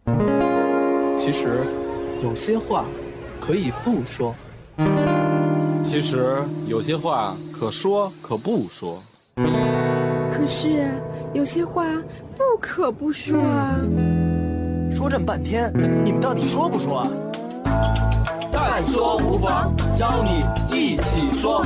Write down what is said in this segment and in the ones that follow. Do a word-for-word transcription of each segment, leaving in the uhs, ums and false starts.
其实有些话可以不说， 其实有些话可说可不说， 可是有些话不可不说啊。 说这么半天，你们到底说不说啊？ 但说无妨，邀你一起说。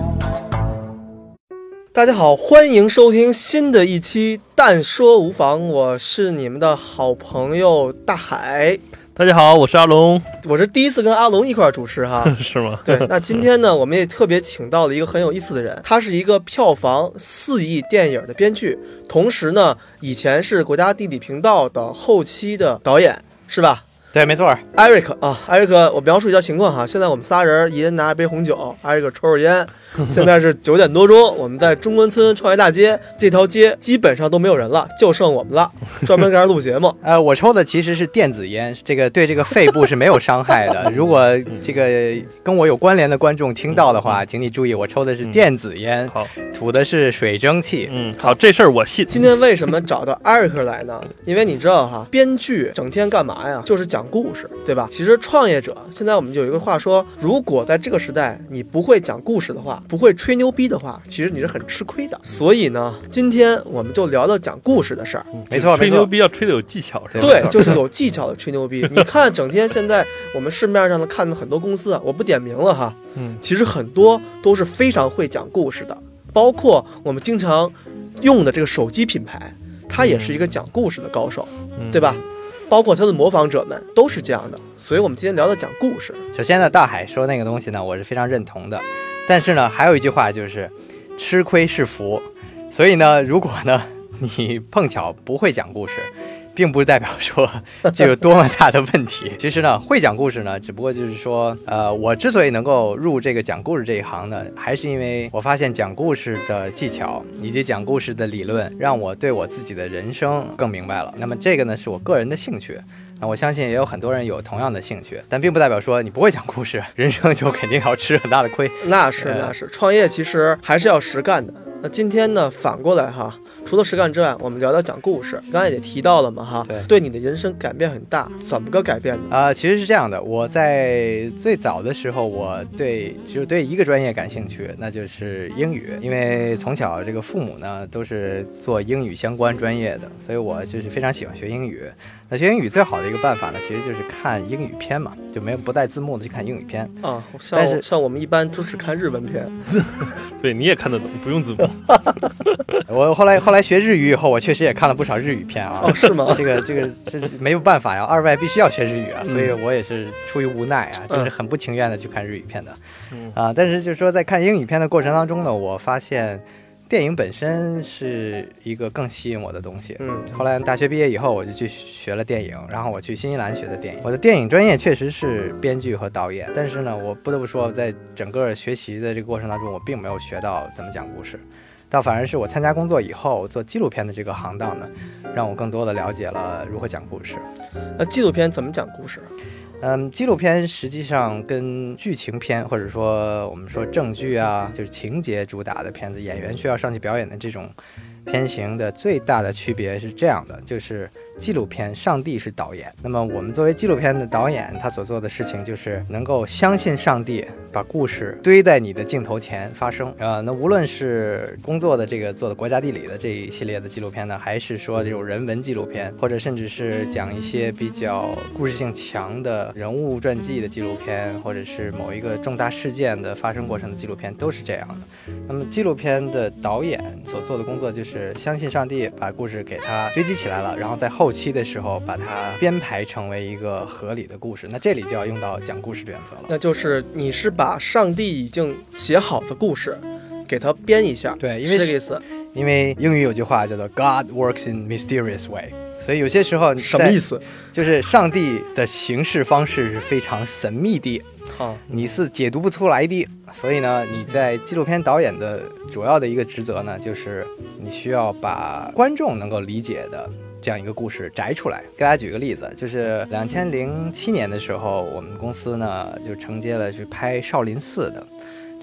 大家好，欢迎收听新的一期《但说无妨》，我是你们的好朋友大海。 大家好，我是阿龙， 我是第一次跟阿龙一块主持哈， 是吗？ 对，那今天呢，我们也特别请到了一个很有意思的人，他是一个票房四亿电影的编剧，同时呢，以前是国家地理频道的后期的导演，是吧？ 对，没错。 艾瑞克啊，艾瑞克，我描述一下情况哈。现在我们仨人，一人拿一杯红酒，艾瑞克抽着烟。现在是九点多钟，我们在中关村创业大街，这条街基本上都没有人了，就剩我们了，专门在这录节目。 呃，我抽的其实是电子烟，这个对这个肺部是没有伤害的。如果这个跟我有关联的观众听到的话，请你注意，我抽的是电子烟，好，吐的是水蒸气。 嗯，好，这事儿我信。 今天为什么找到艾瑞克来呢？因为你知道哈，编剧整天干嘛呀？就是讲故事，对吧？其实创业者，现在我们就有一个话说，如果在这个时代你不会讲故事的话，不会吹牛逼的话，其实你是很吃亏的。所以呢，今天我们就聊聊讲故事的事儿。 没错， 吹牛逼要吹得有技巧，是吧？ 对，就是有技巧的吹牛逼。你看，整天现在我们市面上的看的很多公司啊，我不点名了哈，嗯，其实很多都是非常会讲故事的，包括我们经常用的这个手机品牌，它也是一个讲故事的高手，嗯、对吧？包括他的模仿者们都是这样的，所以我们今天聊的讲故事。 首先呢，大海说那个东西呢，我是非常认同的，但是呢，还有一句话就是吃亏是福，所以呢，如果呢你碰巧不会讲故事，并不代表说这有多么大的问题。其实呢，会讲故事呢，只不过就是说，呃，我之所以能够入这个讲故事这一行呢，还是因为我发现讲故事的技巧以及讲故事的理论，让我对我自己的人生更明白了。那么这个呢，是我个人的兴趣。那我相信也有很多人有同样的兴趣，但并不代表说你不会讲故事，人生就肯定要吃很大的亏。 那是那是，创业其实还是要实干的。那今天呢，反过来哈，除了实干之外，我们聊聊讲故事。刚才也提到了嘛哈，对，对你的人生改变很大，怎么个改变呢？ 啊、呃，其实是这样的，我在最早的时候，我对就是对一个专业感兴趣，那就是英语，因为从小这个父母呢都是做英语相关专业的，所以我就是非常喜欢学英语。那学英语最好的一个办法呢，其实就是看英语片嘛，就没有不带字幕的去看英语片啊。但是像我们一般都是看日文片， 对，你也看得懂，不用字幕。 我后来后来学日语以后，我确实也看了不少日语片啊。 哦，是吗？ 这个这个是没有办法呀，二外必须要学日语啊，所以我也是出于无奈啊，嗯、就是很不情愿的去看日语片的。嗯啊，但是就是说在看英语片的过程当中呢，我发现电影本身是一个更吸引我的东西。嗯，后来大学毕业以后，我就去学了电影，然后我去新西兰学的电影。我的电影专业确实是编剧和导演，但是呢，我不得不说，在整个学习的这个过程当中，我并没有学到怎么讲故事。倒反而是我参加工作以后做纪录片的这个行当呢，让我更多的了解了如何讲故事。 那纪录片怎么讲故事？ 嗯，纪录片实际上跟剧情片或者说我们说正剧啊，就是情节主打的片子，演员需要上去表演的这种片型的最大的区别是这样的，就是纪录片上帝是导演，那么我们作为纪录片的导演，他所做的事情就是能够相信上帝把故事堆在你的镜头前发生。呃，那无论是工作的这个做的国家地理的这一系列的纪录片呢，还是说这种人文纪录片，或者甚至是讲一些比较故事性强的人物传记的纪录片，或者是某一个重大事件的发生过程的纪录片，都是这样的。那么纪录片的导演所做的工作就是相信上帝把故事给它堆积起来了，然后在后期的时候把它编排成为一个合理的故事。那这里就要用到讲故事的原则了， 那就是你是把上帝已经写好的故事给它编一下。 对，因为是这个意思。 因为英语有句话叫做 God works in mysterious way， 所以有些时候什么意思？ 就是上帝的行事方式是非常神秘的， 好， 你是解读不出来的。所以呢，你在纪录片导演的主要的一个职责呢，就是你需要把观众能够理解的这样一个故事摘出来。给大家举个例子，就是两千零七年的时候，我们公司呢就承接了去拍少林寺的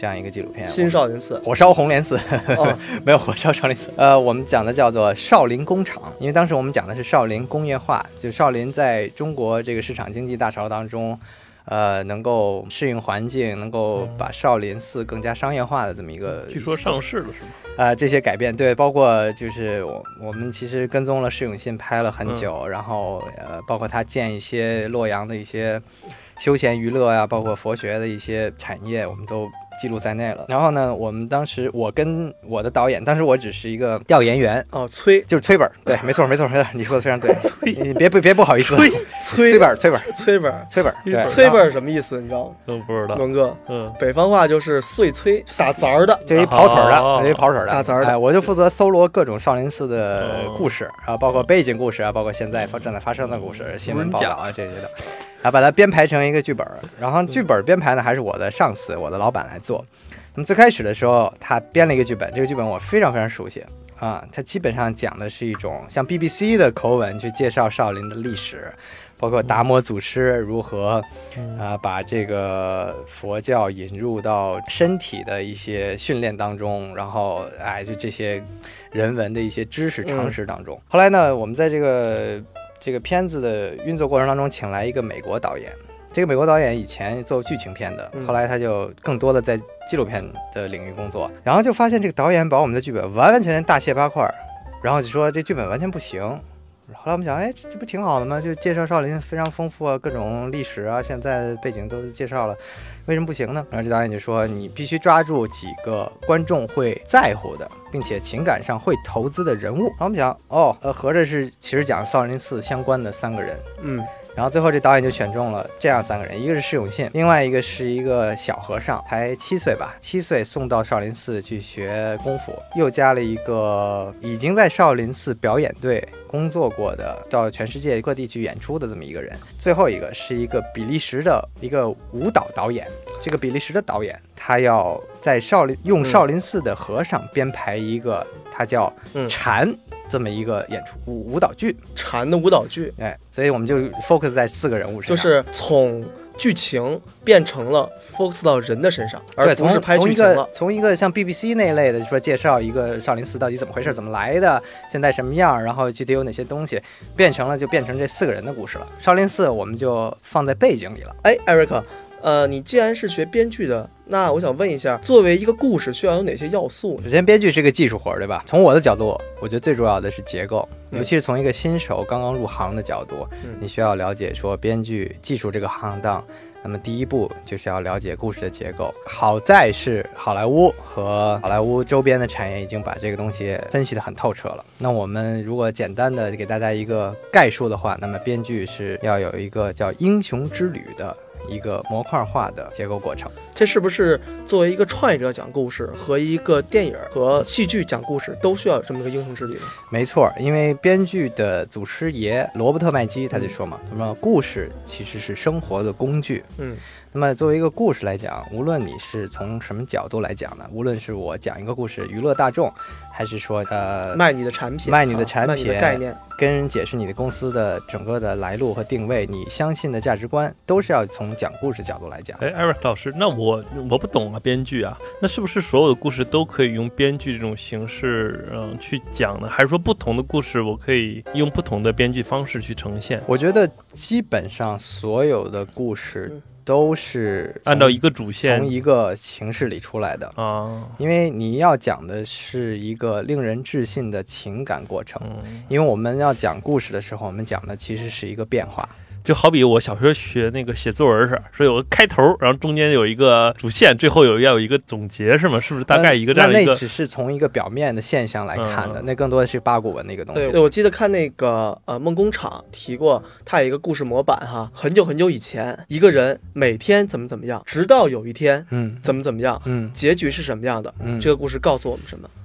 这样一个纪录片。 新少林寺， 火烧红莲寺， 哦、 没有火烧少林寺。呃，我们讲的叫做少林工厂，因为当时我们讲的是少林工业化，就少林在中国这个市场经济大潮当中。呃，能够适应环境，能够把少林寺更加商业化的这么一个， 据说上市了是吗？ 呃，这些改变，对，包括就是我我们其实跟踪了释永信拍了很久，嗯、然后呃，包括他建一些洛阳的一些休闲娱乐啊，包括佛学的一些产业，我们都记录在内了。然后呢，我们当时我跟我的导演，当时我只是一个调研员哦，崔就是崔本，对，没错没错没错，你说的非常对，你别别不好意思， 崔崔本崔本崔本崔本，对， 崔本什么意思？你知道吗？ 都不知道。 龙哥， 嗯， 北方话就是碎催，打杂儿的， 就一跑腿的，一跑腿的， 打杂儿的。 哎，我就负责搜罗各种少林寺的故事啊，包括背景故事啊，包括现在正在发生的故事、新闻报道啊这些的。然后把它编排成一个剧本，然后剧本编排呢还是我的上司，我的老板来做。那么最开始的时候，他编了一个剧本，这个剧本我非常非常熟悉啊，它基本上讲的是一种像 B B C 的口吻去介绍少林的历史，包括达摩祖师如何啊把这个佛教引入到身体的一些训练当中，然后哎就这些人文的一些知识常识当中。后来呢，我们在这个这个片子的运作过程当中，请来一个美国导演。这个美国导演以前做剧情片的，后来他就更多的在纪录片的领域工作，然后就发现这个导演把我们的剧本完完全全大卸八块，然后就说这剧本完全不行。后来我们想，哎，这不挺好的吗？就介绍少林非常丰富啊，各种历史啊，现在的背景都介绍了，为什么不行呢？然后这导演就说，你必须抓住几个观众会在乎的，并且情感上会投资的人物。然后我们想，哦，呃，合着是其实讲少林寺相关的三个人， 嗯。 然后最后这导演就选中了这样三个人，一个是释永信，另外一个是一个小和尚，才七岁吧，七岁送到少林寺去学功夫，又加了一个已经在少林寺表演队工作过的，到全世界各地去演出的这么一个人。最后一个是一个比利时的一个舞蹈导演，这个比利时的导演他要在少林用少林寺的和尚编排一个，他叫禅。嗯这么一个演出舞舞蹈剧， 禅的舞蹈剧， 哎，所以我们就 focus 在四个人物身上， 就是从剧情变成了 focus 到人的身上，而不是拍剧情了。 从一个像 B B C 那类的，说介绍一个少林寺到底怎么回事、怎么来的，现在什么样，然后具体有哪些东西，变成了就变成这四个人的故事了。少林寺我们就放在背景里了。 哎，艾瑞克。呃，你既然是学编剧的，那我想问一下，作为一个故事需要有哪些要素？ 首先，编剧是个技术活，对吧？从我的角度，我觉得最重要的是结构，嗯、尤其是从一个新手刚刚入行的角度，嗯、你需要了解说编剧技术这个行当。那么第一步就是要了解故事的结构。好在是好莱坞和好莱坞周边的产业已经把这个东西分析得很透彻了。那我们如果简单的给大家一个概述的话，那么编剧是要有一个叫英雄之旅的一个模块化的结构过程。 这是不是作为一个创业者讲故事和一个电影和戏剧讲故事都需要有这么一个英雄之旅呢？ 没错，因为编剧的祖师爷罗伯特麦基他就说嘛，那么故事其实是生活的工具。 嗯， 那么作为一个故事来讲，无论你是从什么角度来讲呢，无论是我讲一个故事娱乐大众，还是说呃卖你的产品， 卖你的产品、啊、 卖你的概念， 跟人解释你的公司的整个的来路和定位，你相信的价值观，都是要从讲故事角度来讲。 哎，艾瑞克老师，那我我不懂啊，编剧啊，那是不是所有的故事都可以用编剧这种形式嗯去讲呢？还是说不同的故事我可以用不同的编剧方式去呈现？ 我觉得基本上所有的故事都是按照一个主线， 从一个形式里出来的啊，因为你要讲的是一个令人置信的情感过程。嗯、因为我们要讲故事的时候，我们讲的其实是一个变化。 就好比我小时候学那个写作文是，说有个开头，然后中间有一个主线，最后有要有一个总结，是吗？是不是大概一个这样一个？ 呃、那, 那只是从一个表面的现象来看的，嗯、那更多的是八股文的一个东西。 对，我记得看那个呃梦工厂提过，他有一个故事模板哈，很久很久以前，一个人每天怎么怎么样，直到有一天，嗯，怎么怎么样，嗯，结局是什么样的？嗯，这个故事告诉我们什么？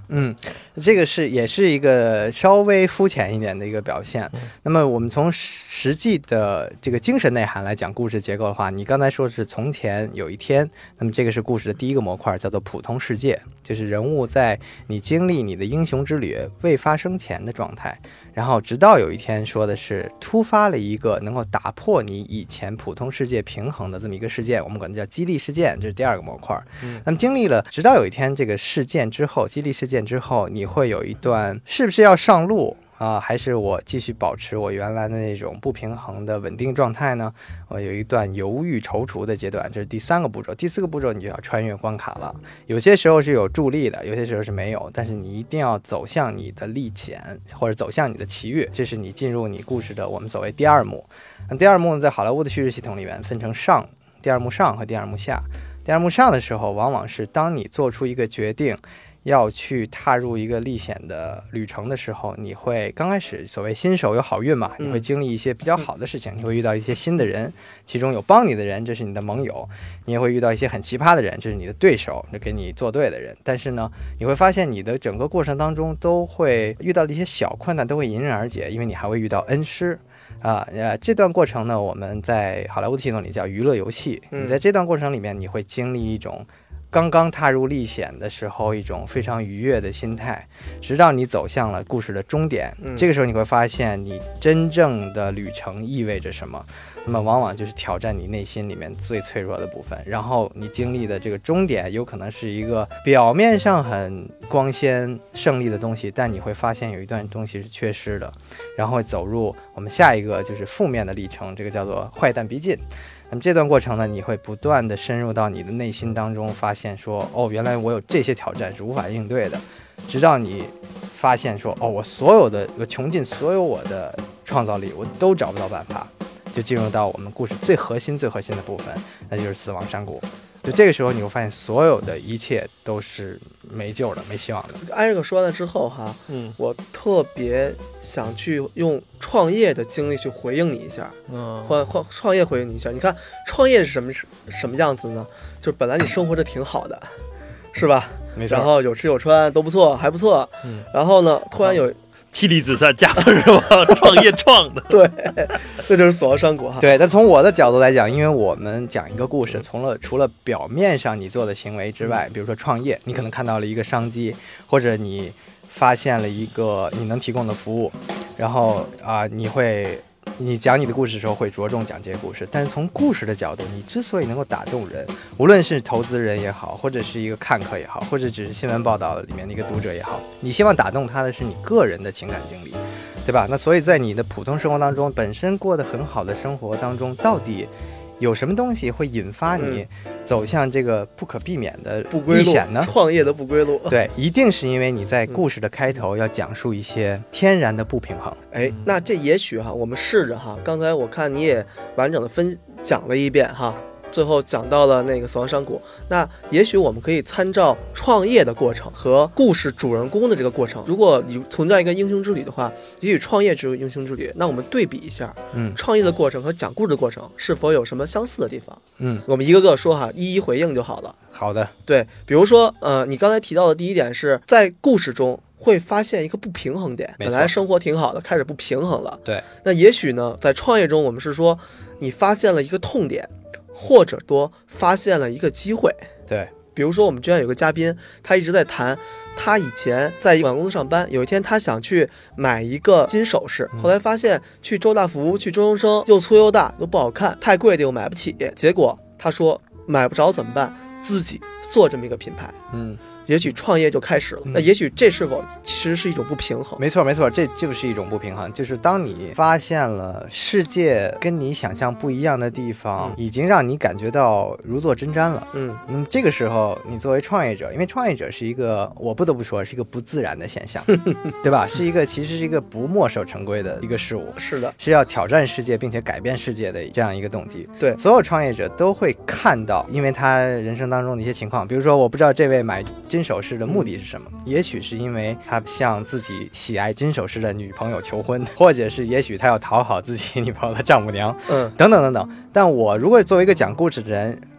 嗯，这个是也是一个稍微肤浅一点的一个表现。那么我们从实际的这个精神内涵来讲故事结构的话，你刚才说是从前有一天，那么这个是故事的第一个模块，叫做普通世界，就是人物在你经历你的英雄之旅未发生前的状态，然后直到有一天说的是突发了一个能够打破你以前普通世界平衡的这么一个事件，我们管它叫激励事件，这是第二个模块。嗯，那么经历了直到有一天这个事件之后，激励事件之后，你会有一段是不是要上路啊，还是我继续保持我原来的那种不平衡的稳定状态呢？我有一段犹豫踌躇的阶段，这是第三个步骤。第四个步骤你就要穿越关卡了，有些时候是有助力的，有些时候是没有，但是你一定要走向你的历险，或者走向你的奇遇，这是你进入你故事的我们所谓第二幕。那第二幕呢，在好莱坞的叙事系统里面分成上、第二幕上和第二幕下。第二幕上的时候，往往是当你做出一个决定要去踏入一个历险的旅程的时候，你会刚开始所谓新手有好运嘛，你会经历一些比较好的事情，你会遇到一些新的人，其中有帮你的人，这是你的盟友，你也会遇到一些很奇葩的人，这是你的对手，这给你作对的人。但是呢，你会发现你的整个过程当中都会遇到的一些小困难都会迎刃而解，因为你还会遇到恩师啊，呃，这段过程呢，我们在好莱坞的系统里叫娱乐游戏。你在这段过程里面，你会经历一种刚刚踏入历险的时候一种非常愉悦的心态，直到你走向了故事的终点。这个时候你会发现，你真正的旅程意味着什么。那么往往就是挑战你内心里面最脆弱的部分，然后你经历的这个终点有可能是一个表面上很光鲜胜利的东西，但你会发现有一段东西是缺失的，然后走入我们下一个就是负面的历程，这个叫做坏蛋逼近。那么这段过程呢，你会不断的深入到你的内心当中，发现说，哦，原来我有这些挑战是无法应对的，直到你发现说，哦，我所有的我穷尽所有我的创造力，我都找不到办法，就进入到我们故事最核心最核心的部分，那就是死亡山谷。就这个时候你会发现所有的一切都是没救的，没希望的。 艾瑞克说完了之后哈，嗯，我特别想去用创业的经历去回应你一下，嗯，换换创业回应你一下。你看创业是什么什么样子呢？就本来你生活着挺好的，是吧？ 没错。 然后有吃有穿都不错，还不错。嗯。然后呢，突然有。 妻离子散，家破人亡，创业创的， 对，这就是死亡山谷哈。 对，但从我的角度来讲，因为我们讲一个故事，除了除了表面上你做的行为之外，比如说创业，你可能看到了一个商机，或者你发现了一个你能提供的服务，然后啊、呃，你会。你讲你的故事的时候会着重讲这些故事，但是从故事的角度，你之所以能够打动人，无论是投资人也好，或者是一个看客也好，或者只是新闻报道里面的一个读者也好，你希望打动他的是你个人的情感经历，对吧？那所以在你的普通生活当中，本身过得很好的生活当中，到底有什么东西会引发你走向这个不可避免的历险呢？ 创业的不归路。 对，一定是因为你在故事的开头要讲述一些天然的不平衡。 哎，那这也许哈，我们试着哈，刚才我看你也完整的分讲了一遍哈，最后讲到了那个死亡山谷，那也许我们可以参照创业的过程和故事主人公的这个过程，如果你存在一个英雄之旅的话，也许创业只有英雄之旅，那我们对比一下，嗯，创业的过程和讲故事的过程是否有什么相似的地方？嗯，我们一个个说哈，一一回应就好了。 好的， 对，比如说，呃，你刚才提到的第一点是在故事中会发现一个不平衡点，本来生活挺好的，开始不平衡了。 对， 那也许呢，在创业中，我们是说你发现了一个痛点。或者多发现了一个机会， 对， 比如说我们之前有个嘉宾，他一直在谈他以前在一个公司上班，有一天他想去买一个金首饰，后来发现去周大福、去周生生又粗又大又不好看，太贵的又买不起，结果他说买不着怎么办？自己做这么一个品牌，嗯。也许创业就开始了，那也许这是否其实是一种不平衡？ 没错没错，这就是一种不平衡，就是当你发现了世界跟你想象不一样的地方，已经让你感觉到如坐针毡了。嗯，那么这个时候你作为创业者，因为创业者是一个，我不得不说是一个不自然的现象，对吧？是一个其实是一个不墨守成规的一个事物， 是的， 是要挑战世界并且改变世界的这样一个动机。 对， 所有创业者都会看到，因为他人生当中的一些情况，比如说我不知道这位买金首饰的目的是什么，也许是因为他向自己喜爱金首饰的女朋友求婚，或者是也许他要讨好自己女朋友的丈母娘，嗯，等等等等。但我如果作为一个讲故事的人，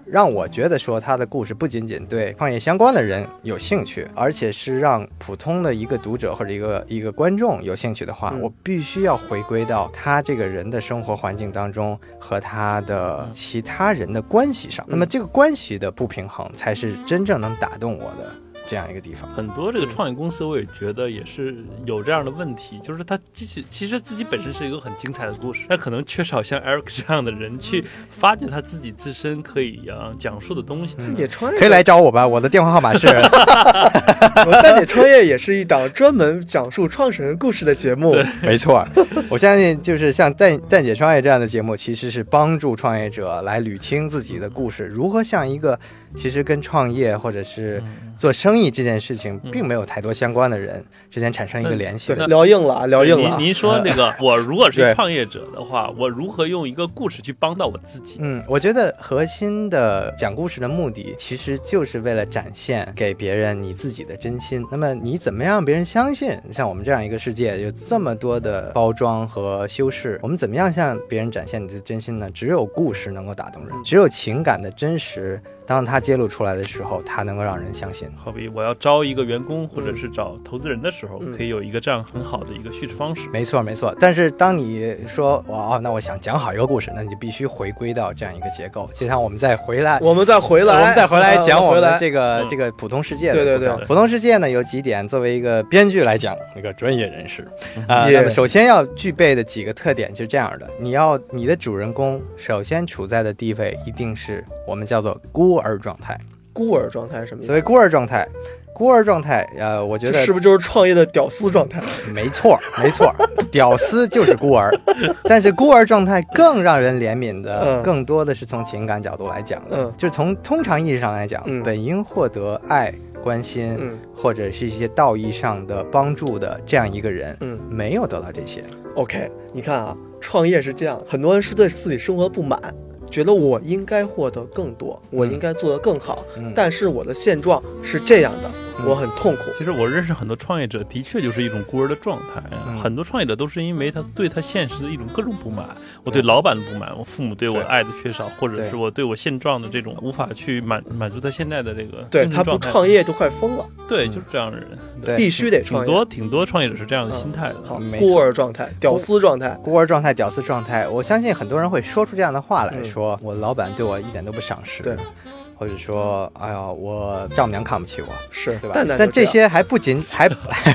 让我觉得说他的故事不仅仅对创业相关的人有兴趣，而且是让普通的一个读者或者一个一个观众有兴趣的话、嗯、我必须要回归到他这个人的生活环境当中和他的其他人的关系上、嗯、那么这个关系的不平衡才是真正能打动我的这样一个地方。 很多这个创业公司我也觉得也是有这样的问题，就是他其实自己本身是一个很精彩的故事，但可能缺少像 Eric 这样的人去发掘他自己自身可以、啊、讲述的东西、 嗯、也创业可以来找我吧，我的电话号码是但你创业也是一档专门讲述创始人故事的节目。 没错，我相信就是像蛋蛋姐创业这样的节目其实是帮助创业者来捋清自己的故事，如何像一个其实跟创业或者是做生意这件事情并没有太多相关的人之间产生一个联系、 嗯、对，聊硬了啊，聊硬了。 您说那个我如果是创业者的话我如何用一个故事去帮到我自己？ 嗯，我觉得核心的讲故事的目的其实就是为了展现给别人你自己的真心。那么你怎么样让别人相信像我们这样一个世界有这么多的包装和修饰，我们怎么样向别人展现你的真心呢？只有故事能够打动人，只有情感的真实当它揭露出来的时候它能够让人相信。 好比我要招一个员工或者是找投资人的时候、嗯、可以有一个这样很好的一个叙事方式。 没错没错，但是当你说哇、哦、那我想讲好一个故事，那你就必须回归到这样一个结构，就像我们再回来我们再回来我们再回来讲我们的这个、 嗯、 这个普通世界的。 对对对， 普通世界呢有几点作为一个编剧来讲一个专业人士啊、呃，那么首先要具备的几个特点就是这样的，你要你的主人公首先处在的地位一定是我们叫做孤儿状态。 孤儿状态是什么意思？ 所谓孤儿状态，孤儿状态，呃，我觉得是不是就是创业的屌丝状态？ 没错，没错，屌丝就是孤儿，但是孤儿状态更让人怜悯的，嗯、更多的是从情感角度来讲的，嗯、就是从通常意义上来讲，嗯、本应获得爱、关心、嗯、或者是一些道义上的帮助的这样一个人，嗯，没有得到这些。 OK， 你看啊，创业是这样，很多人是对自己生活不满。觉得我应该获得更多，我应该做得更好、嗯、但是我的现状是这样的、嗯、我很痛苦。 其实我认识很多创业者的确就是一种孤儿的状态、嗯、很多创业者都是因为他对他现实的一种各种不满，我对老板的不满，我父母对我爱的缺少，或者是我对我现状的这种无法去满满足他现在的这个对他不创业就快疯了。 对，就是这样的人、 嗯、 对，必须得创业。 挺多挺多创业者是这样的心态的、 嗯、好，孤儿状态、屌丝状态、 孤儿状态、屌丝状态，我相信很多人会说出这样的话来说、嗯说我老板对我一点都不赏识， 对， 或者说哎呀我丈母娘看不起我， 是对吧？ 但但这些还不仅还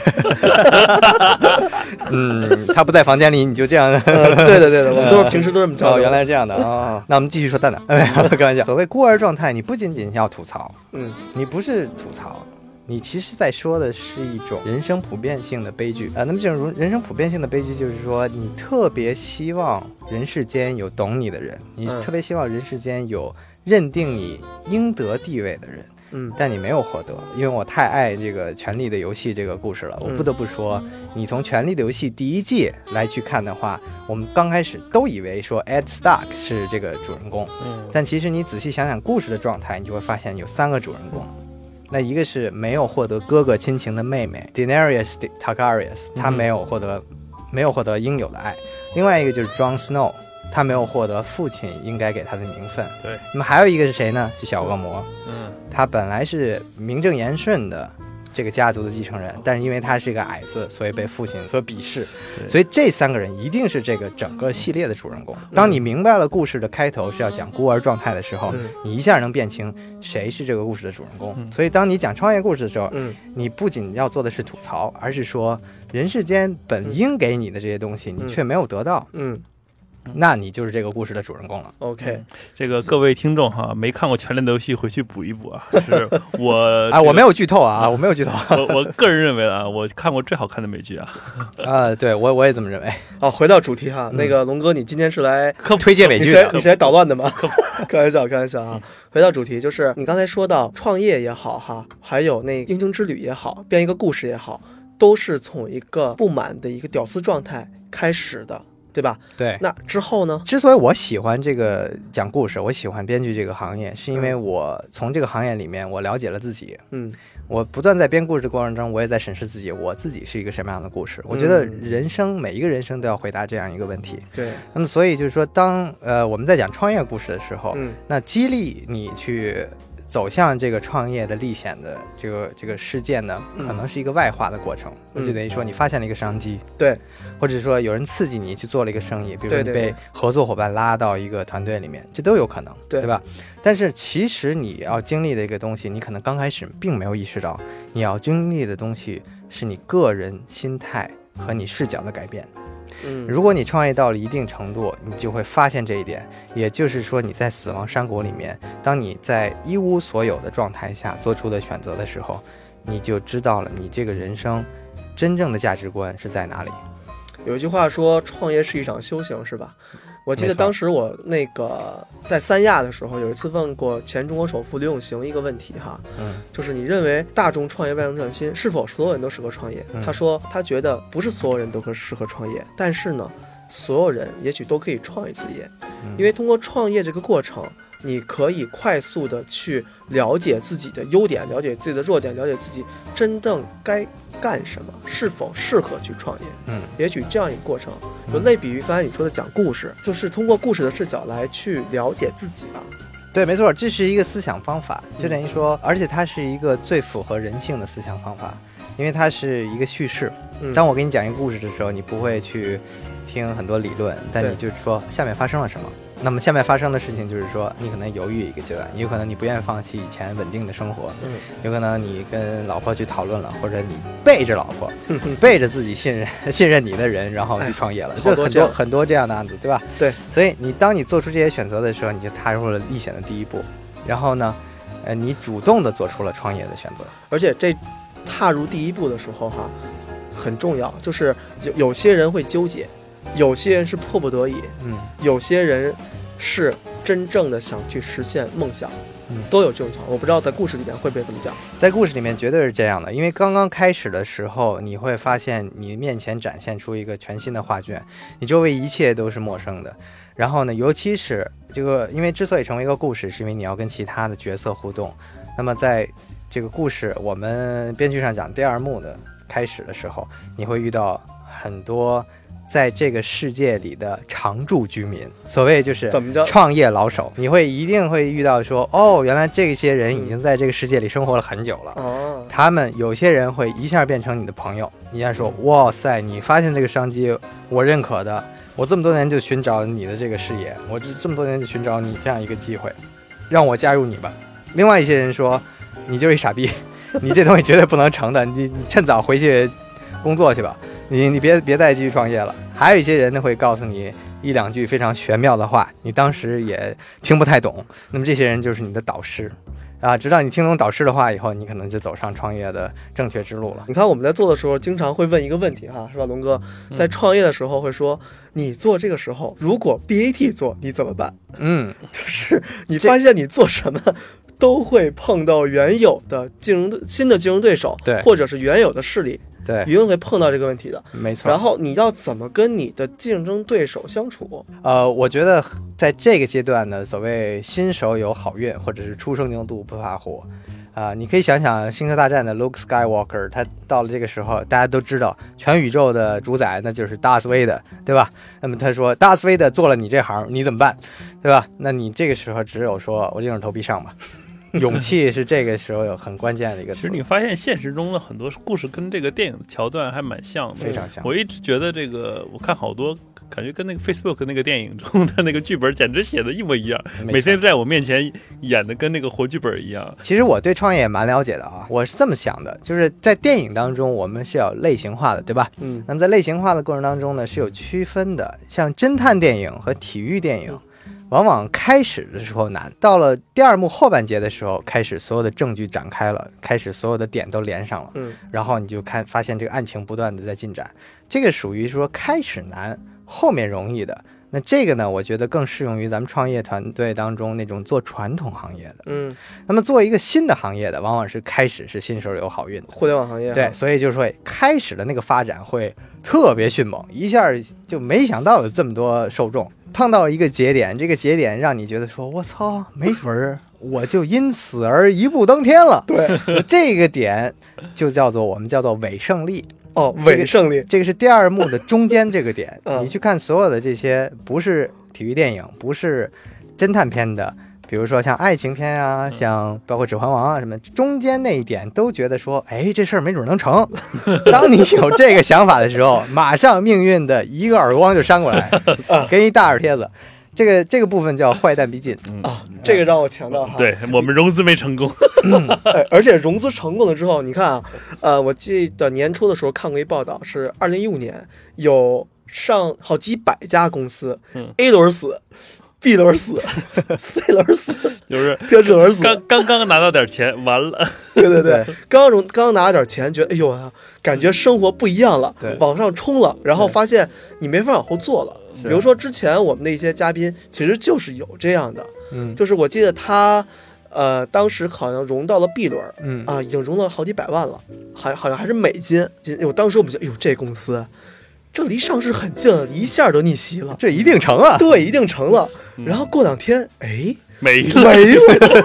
嗯他不在房间里你就这样、 呃、对的对的，我们都是平时都这么交流、 哦、原来是这样的啊、哦！那我们继续说蛋蛋开玩笑。所谓孤儿状态，你不仅仅要吐槽，嗯，你不是吐槽，你其实在说的是一种人生普遍性的悲剧啊、呃。那么这种人生普遍性的悲剧就是说，你特别希望人世间有懂你的人，你特别希望人世间有认定你应得地位的人，嗯，但你没有获得。因为我太爱这个《权力的游戏》这个故事了，我不得不说，嗯、你从《权力的游戏》第一季来去看的话，我们刚开始都以为说 Ed Stark 是这个主人公，嗯，但其实你仔细想想故事的状态，你就会发现有三个主人公。那一个是没有获得哥哥亲情的妹妹 Daenerys Targaryen， 她没有获得、嗯、没有获得应有的爱。另外一个就是 Jon Snow， 他没有获得父亲应该给他的名分。 对。 那么还有一个是谁呢？是小恶魔。嗯。他本来是名正言顺的这个家族的继承人，但是因为他是一个矮子，所以被父亲所鄙视。所以这三个人一定是这个整个系列的主人公。当你明白了故事的开头是要讲孤儿状态的时候、嗯、你一下能辨清谁是这个故事的主人公、嗯、所以当你讲创业故事的时候、嗯、你不仅要做的是吐槽，而是说人世间本应给你的这些东西、嗯、你却没有得到，嗯，那你就是这个故事的主人公了。 OK、嗯、 这个各位听众哈，没看过《权力的游戏》回去补一补啊。是我哎，我没有剧透啊，我没有剧透。 我我个人认为啊，我看过最好看的美剧啊。 啊，对我我也这么认为。 好，回到主题哈，嗯、那个龙哥，你今天是来推荐美剧的， 你是来捣乱的吗？开玩笑，开玩笑啊。回到主题，就是你刚才说到创业也好哈，还有那英雄之旅也好，编一个故事也好，都是从一个不满的一个屌丝状态开始的。 对吧？ 对。 那之后呢？ 之所以我喜欢这个讲故事，我喜欢编剧这个行业，是因为我从这个行业里面我了解了自己。嗯，我不断在编故事的过程中，我也在审视自己，我自己是一个什么样的故事。我觉得人生、嗯、每一个人生都要回答这样一个问题。 对。 那么所以就是说，当呃我们在讲创业故事的时候，嗯，那激励你去走向这个创业的历险的这个这个事件呢，可能是一个外化的过程，嗯、就等于说你发现了一个商机， 对， 或者说有人刺激你去做了一个生意，比如说你被合作伙伴拉到一个团队里面，这都有可能，对, 对吧？但是其实你要经历的一个东西，你可能刚开始并没有意识到，你要经历的东西是你个人心态和你视角的改变。 嗯， 如果你创业到了一定程度，你就会发现这一点，也就是说你在死亡山谷里面，当你在一无所有的状态下做出的选择的时候，你就知道了你这个人生真正的价值观是在哪里。 有一句话说创业是一场修行，是吧？我记得当时我那个在三亚的时候，有一次问过前中国首富刘永行一个问题哈，嗯，就是你认为大众创业万众创新，是否所有人都适合创业？嗯、他说他觉得不是所有人都可适合创业，但是呢，所有人也许都可以创一次业，嗯、因为通过创业这个过程，你可以快速的去了解自己的优点，了解自己的弱点，了解自己真正该干什么，是否适合去创业。嗯，也许这样一个过程，就类比于刚才你说的讲故事，就是通过故事的视角来去了解自己吧。 对，没错，这是一个思想方法，就等于说，而且它是一个最符合人性的思想方法，因为它是一个叙事。当我给你讲一个故事的时候，你不会去听很多理论，但你就是说下面发生了什么。那么下面发生的事情就是说，你可能犹豫一个阶段，有可能你不愿意放弃以前稳定的生活，嗯，有可能你跟老婆去讨论了，或者你背着老婆，背着自己信任信任你的人，然后去创业了，就很多很多这样的案子，对吧？ 对， 所以你当你做出这些选择的时候，你就踏入了历险的第一步，然后呢，呃，你主动的做出了创业的选择， 而且这踏入第一步的时候哈，很重要，就是有有些人会纠结。有些人是迫不得已，嗯，有些人是真正的想去实现梦想，嗯，都有这种情况。我不知道在故事里面会不会这么讲。 在故事里面绝对是这样的，因为刚刚开始的时候，你会发现你面前展现出一个全新的画卷，你周围一切都是陌生的。然后呢，尤其是这个，因为之所以成为一个故事，是因为你要跟其他的角色互动。那么在这个故事，我们编剧上讲第二幕的开始的时候，你会遇到很多在这个世界里的常住居民，所谓就是创业老手，你会一定会遇到说，哦，原来这些人已经在这个世界里生活了很久了。哦，他们有些人会一下变成你的朋友，一下说，哇塞，你发现这个商机，我认可的，我这么多年就寻找你的这个事业，我这么多年就寻找你这样一个机会，让我加入你吧。另外一些人说，你就是一傻逼，你这东西绝对不能成的，你你趁早回去工作去吧。你你别别再继续创业了。还有一些人呢会告诉你一两句非常玄妙的话，你当时也听不太懂，那么这些人就是你的导师啊，直到你听懂导师的话以后，你可能就走上创业的正确之路了。 你看我们在做的时候经常会问一个问题哈，是吧，龙哥？在创业的时候会说，你做这个时候如果 B A T 做你怎么办？嗯，就是你发现你做什么都会碰到原有的竞争新的竞争对手， 对， 或者是原有的势力。 对， 一定会碰到这个问题的， 没错。 然后你要怎么跟你的竞争对手相处？ 呃，我觉得在这个阶段呢，所谓新手有好运，或者是初生牛犊不怕虎，啊、呃，你可以想想《星球大战》的 Luke Skywalker， 他到了这个时候，大家都知道全宇宙的主宰那就是达斯维德，对吧？那么他说达斯维德做了你这行，你怎么办？对吧？那你这个时候只有说我硬着头皮上吧。勇气是这个时候有很关键的一个词。 其实你发现现实中的很多故事跟这个电影的桥段还蛮像的， 非常像。 我一直觉得这个，我看好多，感觉跟那个 Facebook 那个电影中的那个剧本简直写的一模一样，每天在我面前演的跟那个活剧本一样。 其实我对创业也蛮了解的啊，我是这么想的，就是在电影当中我们是有类型化的，对吧？嗯。那么在类型化的过程当中呢，是有区分的，像侦探电影和体育电影。往往开始的时候难，到了第二幕后半节的时候，开始所有的证据展开了，开始所有的点都连上了，嗯，然后你就看发现这个案情不断的在进展，这个属于说开始难，后面容易的， 那这个呢，我觉得更适用于咱们创业团队当中那种做传统行业的。 嗯， 那么做一个新的行业的，往往是开始是新手有好运的， 互联网行业。 对，所以就是说开始的那个发展会特别迅猛，一下就没想到有这么多受众，碰到一个节点，这个节点让你觉得说，我操，没准儿我就因此而一步登天了。 对， 这个点就叫做我们叫做伪胜利。 哦，伪胜利， 这个是第二幕的中间这个点。 嗯、 你去看所有的这些不是体育电影，不是侦探片的，比如说像爱情片啊，嗯、像包括《指环王》啊什么，中间那一点都觉得说，哎，这事儿没准能成。当你有这个想法的时候，马上命运的一个耳光就扇过来，给你大耳贴子。这个这个部分叫坏蛋逼近、 嗯、啊，这个让我强调哈。 对，我们融资没成功， 哎，而且融资成功了之后，你看啊，呃，我记得年初的时候看过一报道，是二零一五年有上好几百家公司、嗯、，A 轮死 ，B 轮死 ，C 轮死， 就是天使轮死， 刚刚刚拿到点钱，完了。 对对对，刚刚刚拿了点钱，觉得哎呦啊，感觉生活不一样了，往上冲了，然后发现你没法往后做了。比如说之前我们的一些嘉宾其实就是有这样的，嗯，就是我记得他呃当时好像融到了 B 轮，嗯啊，已经融了好几百万了，还好像还是美金。我当时我们觉得，哎呦，这公司这离上市很近了，一下就逆袭了， 这一定成啊， 对，一定成了。然后过两天，哎， 没了， 没了。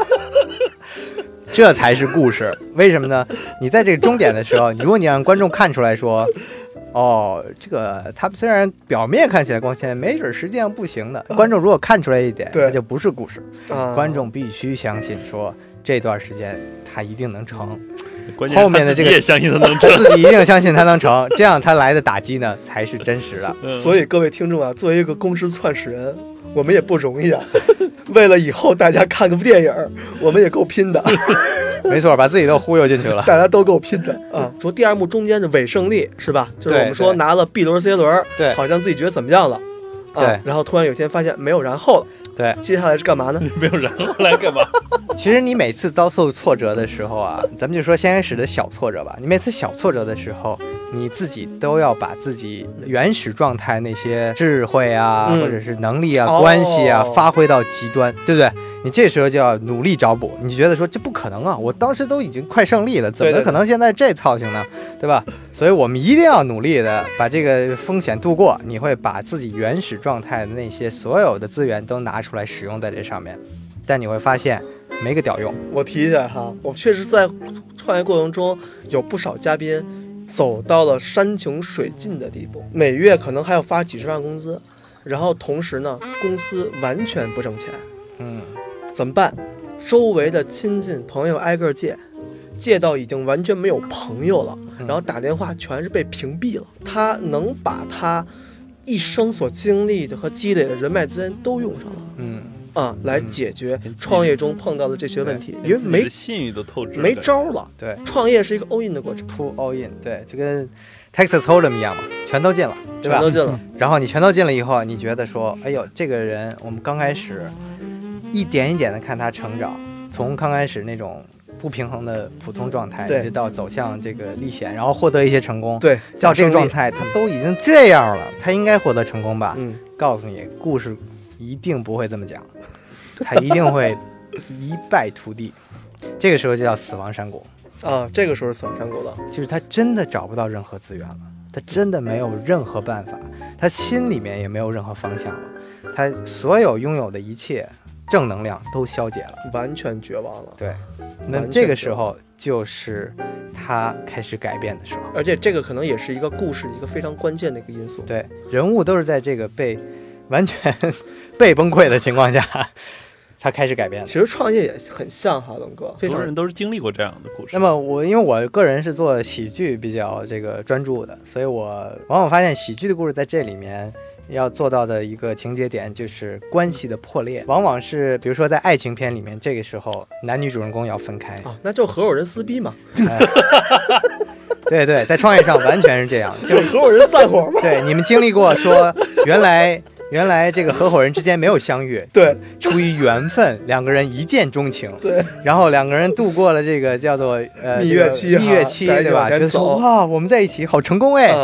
这才是故事，为什么呢？你在这个终点的时候，如果你让观众看出来说，哦，这个他虽然表面看起来光鲜，没准实际上不行的。观众如果看出来一点，那就不是故事。 啊、 观众必须相信说这段时间他一定能成。 关键后面的这个也相信他能成， 自己一定相信他能成，这样他来的打击呢才是真实的。 所以各位听众啊，作为一个公司创始人，我们也不容易啊。为了以后大家看个电影，我们也够拼的。 没错，把自己都忽悠进去了， 大家都够拼的啊！说第二幕中间的伪胜利是吧？就是我们说拿了 B 轮 C 轮， 对， 好像自己觉得怎么样了，啊、 对， 然后突然有一天发现没有然后了， 对， 接下来是干嘛呢？ 没有然后来干嘛？ 其实你每次遭受挫折的时候啊，咱们就说先开始的小挫折吧。你每次小挫折的时候，你自己都要把自己原始状态那些智慧啊，嗯、或者是能力啊、哦、关系啊，发挥到极端，对不对？你这时候就要努力找补。你觉得说这不可能啊，我当时都已经快胜利了，怎么可能现在这操性呢？对, 对, 对, 对吧？所以我们一定要努力的把这个风险度过。你会把自己原始状态的那些所有的资源都拿出来使用在这上面，但你会发现没个屌用。 我提一下哈，我确实在创业过程中有不少嘉宾走到了山穷水尽的地步，每月可能还要发几十万工资，然后同时呢，公司完全不挣钱。 嗯， 怎么办？周围的亲戚朋友挨个借，借到已经完全没有朋友了，然后打电话全是被屏蔽了。他能把他一生所经历的和积累的人脉资源都用上了。 嗯。 啊，来解决创业中碰到的这些问题，因为没信誉都透支， 没招了。 对， 创业是一个 all in 的过程 ，pull all in， 对，就跟 Texas Hold'em 一样嘛，全都进了，对吧？ 全都进了。 然后你全都进了以后，你觉得说，哎呦，这个人，我们刚开始一点一点的看他成长，从刚开始那种不平衡的普通状态，一直到走向这个历险，然后获得一些成功。 对， 到这个状态，他都已经这样了，他应该获得成功吧？ 嗯， 告诉你，故事一定不会这么讲。他一定会一败涂地，这个时候就叫死亡山谷啊！这个时候死亡山谷了， 就是他真的找不到任何资源了，他真的没有任何办法，他心里面也没有任何方向了，他所有拥有的一切正能量都消解了， 完全绝望了。 对，那这个时候就是他开始改变的时候， 而且这个可能也是一个故事一个非常关键的一个因素。 对，人物都是在这个被完全被崩溃的情况下。他开始改变了。 其实创业也很像哈，龙哥， 很多人都是经历过这样的故事。 那么我因为我个人是做喜剧比较这个专注的，所以我往往发现喜剧的故事在这里面要做到的一个情节点就是关系的破裂，往往是比如说在爱情片里面，这个时候男女主人公要分开啊，那就合伙人撕逼嘛。 哎对对，在创业上完全是这样， 就是合伙人散伙嘛。 对，你们经历过说原来。原来这个合伙人之间没有相遇， 对， 出于缘分，两个人一见钟情， 对， 然后两个人度过了这个叫做呃蜜月期， 蜜月期，对吧？觉得说哇，我们在一起好成功哎， 嗯、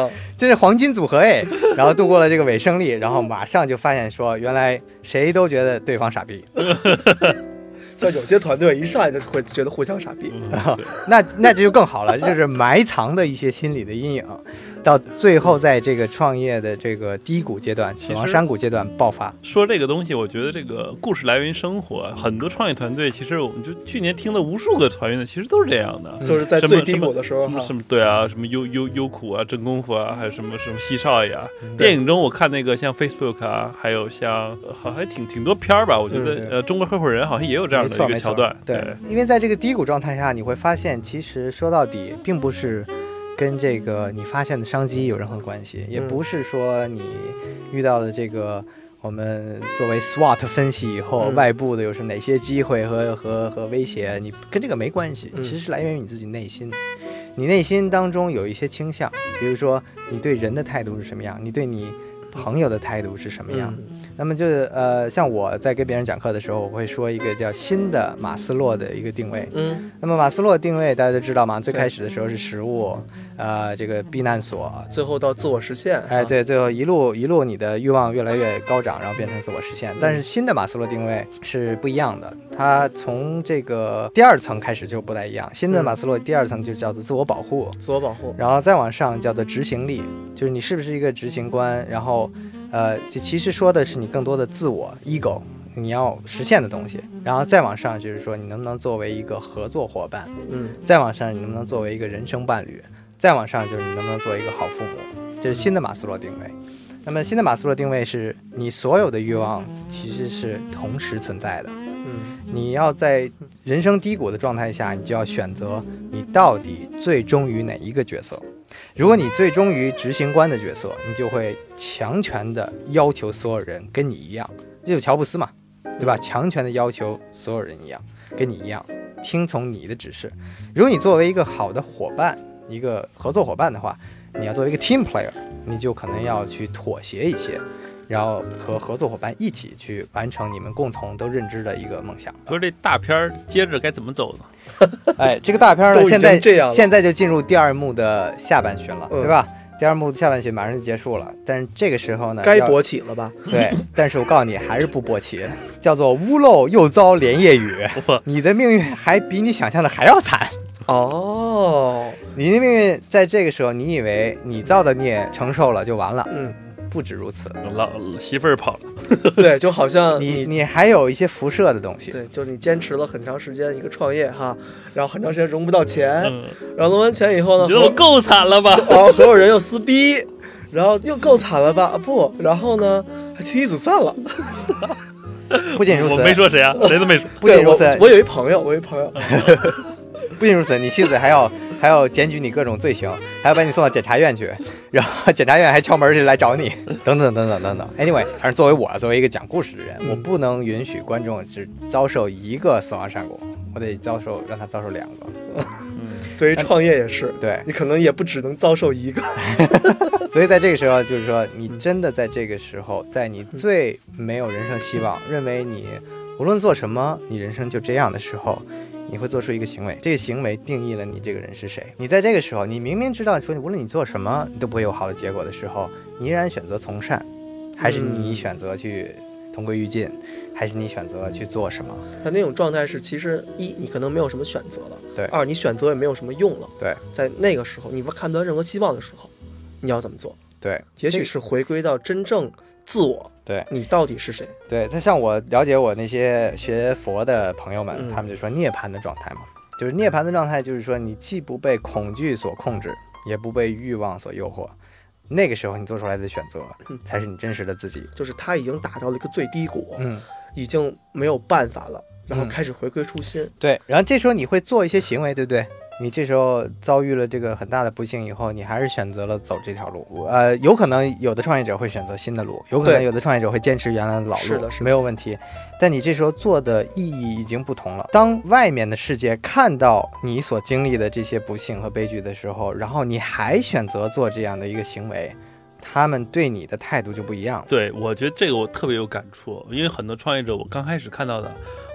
这是黄金组合哎，然后度过了这个尾声力，然后马上就发现说，原来谁都觉得对方傻逼。 像有些团队一上来就会觉得互相傻逼， 嗯、那那这就更好了，就是埋藏的一些心理的阴影，到最后在这个创业的这个低谷阶段、死亡山谷阶段爆发。 说这个东西，我觉得这个故事来源于生活，很多创业团队其实我们就去年听了无数个团员的，其实都是这样的， 就是在最低谷的时候， 什么什么对啊，什么优优优苦啊、真功夫啊，还有什么什么西少爷啊。电影中我看那个像 Facebook 啊，还有像好还挺挺多片儿吧，我觉得、嗯、呃中国合伙人好像也有这样的一个桥段。 对，对，因为在这个低谷状态下，你会发现，其实说到底，并不是跟这个你发现的商机有任何关系，也不是说你遇到的这个我们作为 SWOT 分析以后、嗯、外部的有是哪些机会和和和威胁，你跟这个没关系，其实是来源于你自己内心。你内心当中有一些倾向，比如说你对人的态度是什么样，你对你朋友的态度是什么样、嗯、那么就是呃，像我在给别人讲课的时候，我会说一个叫新的马斯洛的一个定位。嗯，那么马斯洛的定位大家都知道吗？最开始的时候是食物，呃，这个避难所， 最后到自我实现。 哎，对，最后一路一路你的欲望越来越高涨，然后变成自我实现。但是新的马斯洛定位是不一样的，它从这个第二层开始就不太一样。新的马斯洛第二层就叫做自我保护， 自我保护， 然后再往上叫做执行力，就是你是不是一个执行官，然后。呃，这其实说的是你更多的自我 ego， 你要实现的东西，然后再往上就是说你能不能作为一个合作伙伴，嗯，再往上你能不能作为一个人生伴侣，再往上就是你能不能做一个好父母，这是新的马斯洛定位。那么新的马斯洛定位是你所有的欲望其实是同时存在的，嗯，你要在人生低谷的状态下，你就要选择你到底最忠于哪一个角色。如果你最忠于执行官的角色，你就会强权的要求所有人跟你一样，这就是乔布斯嘛，对吧？强权的要求所有人一样，跟你一样，听从你的指示。如果你作为一个好的伙伴，一个合作伙伴的话，你要作为一个 team player， 你就可能要去妥协一些，然后和合作伙伴一起去完成你们共同都认知的一个梦想。 说这大片接着该怎么走呢？ 哎，这个大片呢，现在现在就进入第二幕的下半旬了，嗯、对吧？第二幕的下半旬马上就结束了，但是这个时候呢， 该勃起了吧？ 对，但是我告诉你，还是不勃起，叫做屋漏又遭连夜雨，你的命运还比你想象的还要惨。 哦， 你的命运在这个时候，你以为你造的孽承受了就完了，嗯。不止如此， 老媳妇儿跑了， 对，就好像你你还有一些辐射的东西， 对，就是你坚持了很长时间一个创业哈，然后很长时间融不到钱，嗯、然后融完钱以后呢， 你觉得我够惨了吧？ 哦，合伙人又撕逼，然后又够惨了吧？啊不，然后呢还妻离子散了。 不仅如此， 我没说谁啊，谁都没说。 不仅如此， 我, 我有一朋友，我有一朋友。 不仅如此，你妻子还要还要检举你各种罪行，还要把你送到检察院去，然后检察院还敲门就来找你，等等等等等等。Anyway， 但是作为我作为一个讲故事的人，我不能允许观众只遭受一个死亡山谷，我得遭受让他遭受两个。 嗯，对于创业也是， 对你可能也不只能遭受一个。 所以在这个时候，就是说，你真的在这个时候，在你最没有人生希望，认为你无论做什么，你人生就这样的时候。你会做出一个行为，这个行为定义了你这个人是谁。你在这个时候，你明明知道说无论你做什么你都不会有好的结果的时候，你依然选择从善，还是你选择去同归于尽，还是你选择去做什么？ 他那种状态是，其实一你可能没有什么选择了， 对； 二你选择也没有什么用了， 对。 在那个时候，你看不到任何希望的时候，你要怎么做？ 对， 也许是回归到真正自我。 对， 你到底是谁？ 对，他像我了解我那些学佛的朋友们，嗯、他们就说涅槃的状态嘛，就是涅槃的状态，就是说你既不被恐惧所控制，也不被欲望所诱惑，那个时候你做出来的选择，嗯、才是你真实的自己。 就是他已经达到了一个最低谷，嗯，已经没有办法了，然后开始回归初心。 嗯、对，然后这时候你会做一些行为，对不对？你这时候遭遇了这个很大的不幸以后，你还是选择了走这条路。呃，有可能有的创业者会选择新的路，有可能有的创业者会坚持原来的老路， 是的，是的， 没有问题。但你这时候做的意义已经不同了。当外面的世界看到你所经历的这些不幸和悲剧的时候，然后你还选择做这样的一个行为，他们对你的态度就不一样。 对，我觉得这个我特别有感触，因为很多创业者我刚开始看到的，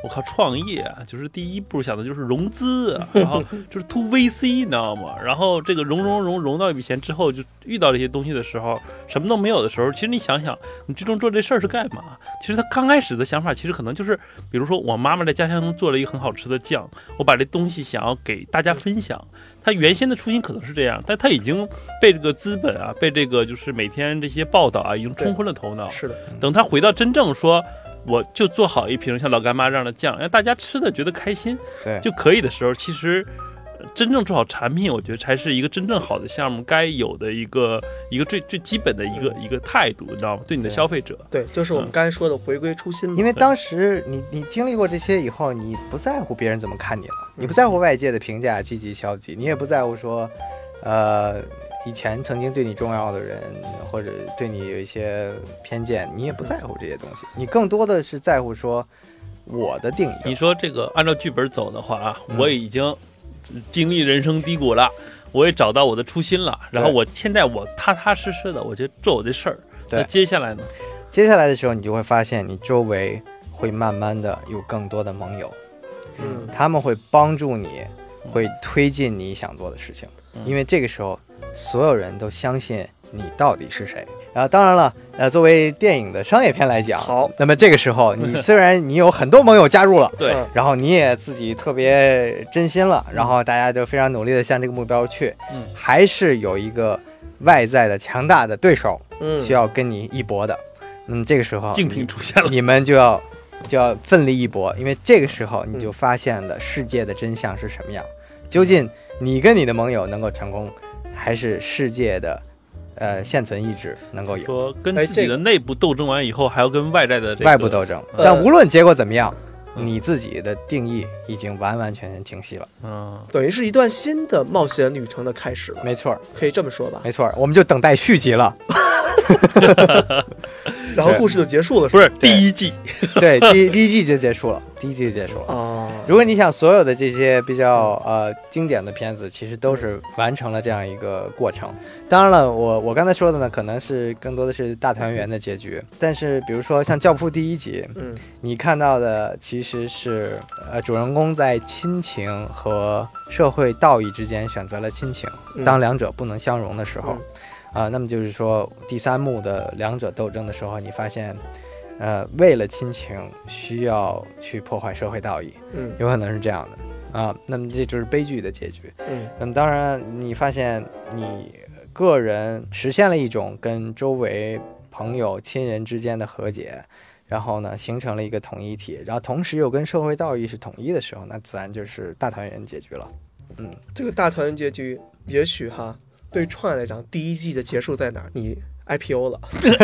我靠，创业啊，就是第一步想的就是融资啊，然后就是 to V C， 你知道吗？然后这个融融融融到一笔钱之后，就遇到这些东西的时候，什么都没有的时候，其实你想想，你最终做这事儿是干嘛？其实他刚开始的想法，其实可能就是，比如说我妈妈在家乡中做了一个很好吃的酱，我把这东西想要给大家分享。他原先的初心可能是这样，但他已经被这个资本啊，被这个就是每天这些报道啊，已经冲昏了头脑。 是的， 等他回到真正说。我就做好一瓶像老干妈这样的酱，让大家吃的觉得开心就可以的时候，其实真正做好产品，我觉得才是一个真正好的项目该有的一个一个最最基本的一个一个态度，你知道吗？对你的消费者， 对，就是我们刚才说的回归初心嘛。 因为当时你你经历过这些以后，你不在乎别人怎么看你了，你不在乎外界的评价积极消极，你也不在乎说，呃。以前曾经对你重要的人，或者对你有一些偏见，你也不在乎这些东西，你更多的是在乎说我的定义。 你说这个按照剧本走的话啊，嗯、我已经经历人生低谷了，我也找到我的初心了，然后我现在我踏踏实实的，我就做我的事儿。那接下来呢？ 接下来的时候，你就会发现你周围会慢慢的有更多的盟友，嗯，他们会帮助你，会推进你想做的事情，嗯、因为这个时候。所有人都相信你到底是谁。然后当然了，呃，作为电影的商业片来讲， 好， 那么这个时候你虽然你有很多盟友加入了， 对， 然后你也自己特别真心了，然后大家就非常努力的向这个目标去，嗯，还是有一个外在的强大的对手，嗯，需要跟你一搏的。那么这个时候竞品出现了， 你们就要就要奋力一搏，因为这个时候你就发现了世界的真相是什么样，究竟你跟你的盟友能够成功。还是世界的，呃，现存意志能够有。 说跟自己的内部斗争完以后，还要跟外在的、这个、 外部斗争。呃、但无论结果怎么样，嗯、你自己的定义已经完完全全清晰了。 嗯， 等于是一段新的冒险旅程的开始了。 没错， 可以这么说吧。 没错，我们就等待续集了。 然后故事就结束了， 不是第一季， 对，第第一季就结束了，第一季就结束了。 哦， 如果你想所有的这些比较呃经典的片子，其实都是完成了这样一个过程。当然了，我我刚才说的呢，可能是更多的是大团圆的结局。但是比如说像《教父》第一集，嗯，你看到的其实是呃主人公在亲情和社会道义之间选择了亲情，当两者不能相容的时候。嗯啊、呃，那么就是说，第三幕的两者斗争的时候，你发现，呃，为了亲情需要去破坏社会道义，嗯，有可能是这样的啊。那么这就是悲剧的结局，嗯。那么当然，你发现你个人实现了一种跟周围朋友、亲人之间的和解，然后呢，形成了一个统一体，然后同时又跟社会道义是统一的时候，那自然就是大团圆结局了。嗯， 这个大团圆结局，也许哈。对创业来讲，第一季的结束在哪儿？你 I P O 了，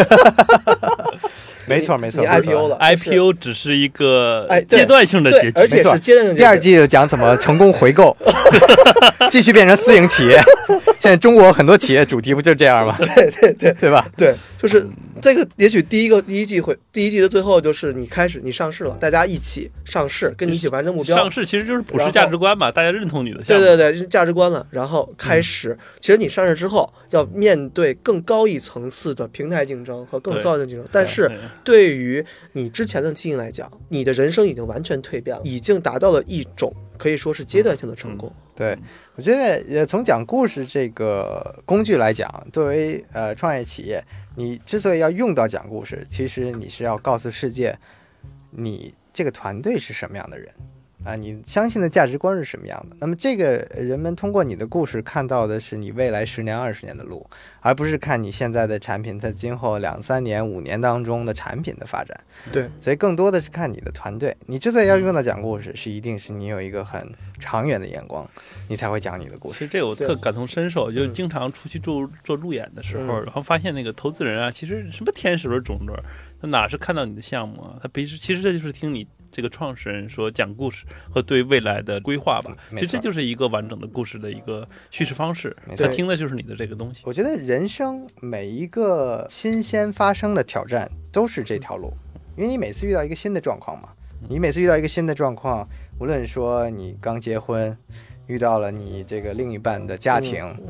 没错没错， 你 I P O 了 ，I P O 只是一个阶段性的结局， 而且是阶段性。 第二季就讲怎么成功回购，继续变成私营企业。现在中国很多企业主题不就这样吗？ 对对对， 对吧？ 对，就是这个。也许第一个第一季会，第一季的最后就是你开始你上市了，大家一起上市，跟你一起完成目标。 上市其实就是普世价值观嘛，大家认同你的项目。 对对对，价值观了，然后开始。嗯、其实你上市之后要面对更高一层次的平台竞争和更重要的竞争，但是对于你之前的经营来讲，你的人生已经完全蜕变了，已经达到了一种可以说是阶段性的成功。 嗯嗯、对。我觉得呃，从讲故事这个工具来讲，作为呃创业企业，你之所以要用到讲故事，其实你是要告诉世界，你这个团队是什么样的人啊，你相信的价值观是什么样的。那么这个人们通过你的故事看到的是你未来十年、二十年的路，而不是看你现在的产品在今后两三年、五年当中的产品的发展。 对， 所以更多的是看你的团队。你之所以要用到讲故事，是一定是你有一个很长远的眼光，你才会讲你的故事。 其实这个我特感同身受，就经常出去做做路演的时候，嗯、然后发现那个投资人啊，其实什么天使轮、种轮，他哪是看到你的项目啊？他其实其实这就是听你这个创始人说讲故事和对未来的规划吧。其实这就是一个完整的故事的一个叙事方式。他听的就是你的这个东西。 我觉得人生每一个新鲜发生的挑战都是这条路，因为你每次遇到一个新的状况嘛，你每次遇到一个新的状况，无论说你刚结婚，遇到了你这个另一半的家庭，嗯嗯、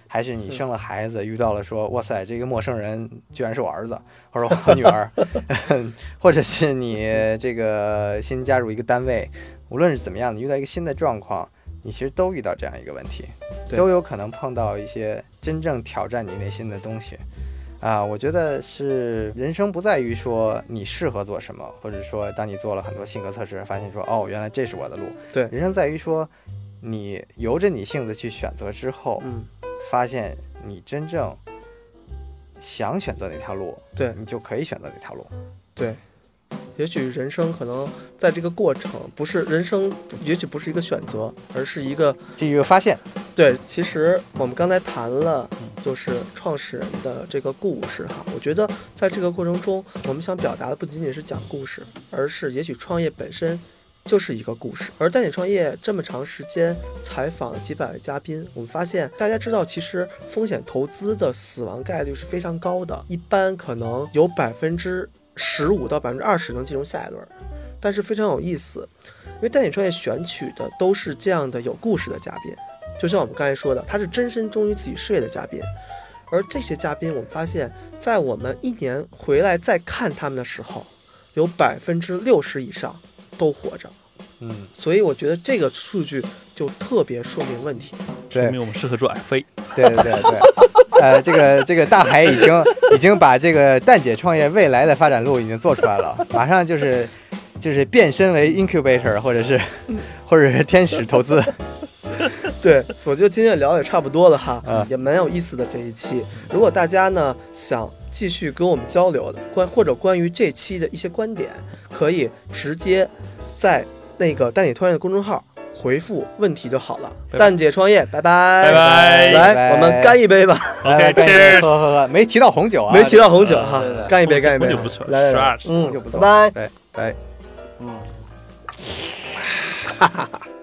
还是你生了孩子遇到了说哇塞这个陌生人居然是我儿子或者我女儿或者是你这个新加入一个单位，无论是怎么样你遇到一个新的状况，你其实都遇到这样一个问题，都有可能碰到一些真正挑战你内心的东西啊。我觉得是人生不在于说你适合做什么，或者说当你做了很多性格测试发现说哦原来这是我的路， 对， 人生在于说你由着你性子去选择之后， 嗯， 发现你真正想选择哪条路， 对， 你就可以选择哪条路。 对，也许人生可能在这个过程不是人生，也许不是一个选择，而是一个这一个发现。 对，其实我们刚才谈了就是创始人的这个故事哈，我觉得在这个过程中我们想表达的不仅仅是讲故事，而是也许创业本身就是一个故事。而带你创业这么长时间采访几百位嘉宾，我们发现大家知道其实风险投资的死亡概率是非常高的，一般可能有百分之十五到百分之二十能进入下一轮，但是非常有意思，因为带你创业选取的都是这样的有故事的嘉宾，就像我们刚才说的，他是真身忠于自己事业的嘉宾。而这些嘉宾我们发现在我们一年回来再看他们的时候，有百分之六十以上都活着。 嗯， 所以我觉得这个数据就特别说明问题， 说明我们适合做 F A。 对对对对，呃，这个这个大海已经已经把这个蛋姐创业未来的发展路已经做出来了，马上就是就是变身为 incubator 或者是或者是天使投资。 对，我觉得今天聊也差不多了哈， 嗯、 也蛮有意思的这一期。如果大家呢想继续跟我们交流的关或者关于这期的一些观点，可以直接在那个蛋姐创业的公众号回复问题就好了。蛋姐创业，拜拜拜拜， 来， 拜拜我们干一杯吧。 OK，Cheers， 喝喝喝，没提到红酒啊， 没提到红酒哈， 对对对干一杯，干一杯， 红酒不错， 来来来， 嗯，就不错， 拜拜， 拜拜， 嗯， 哈哈哈。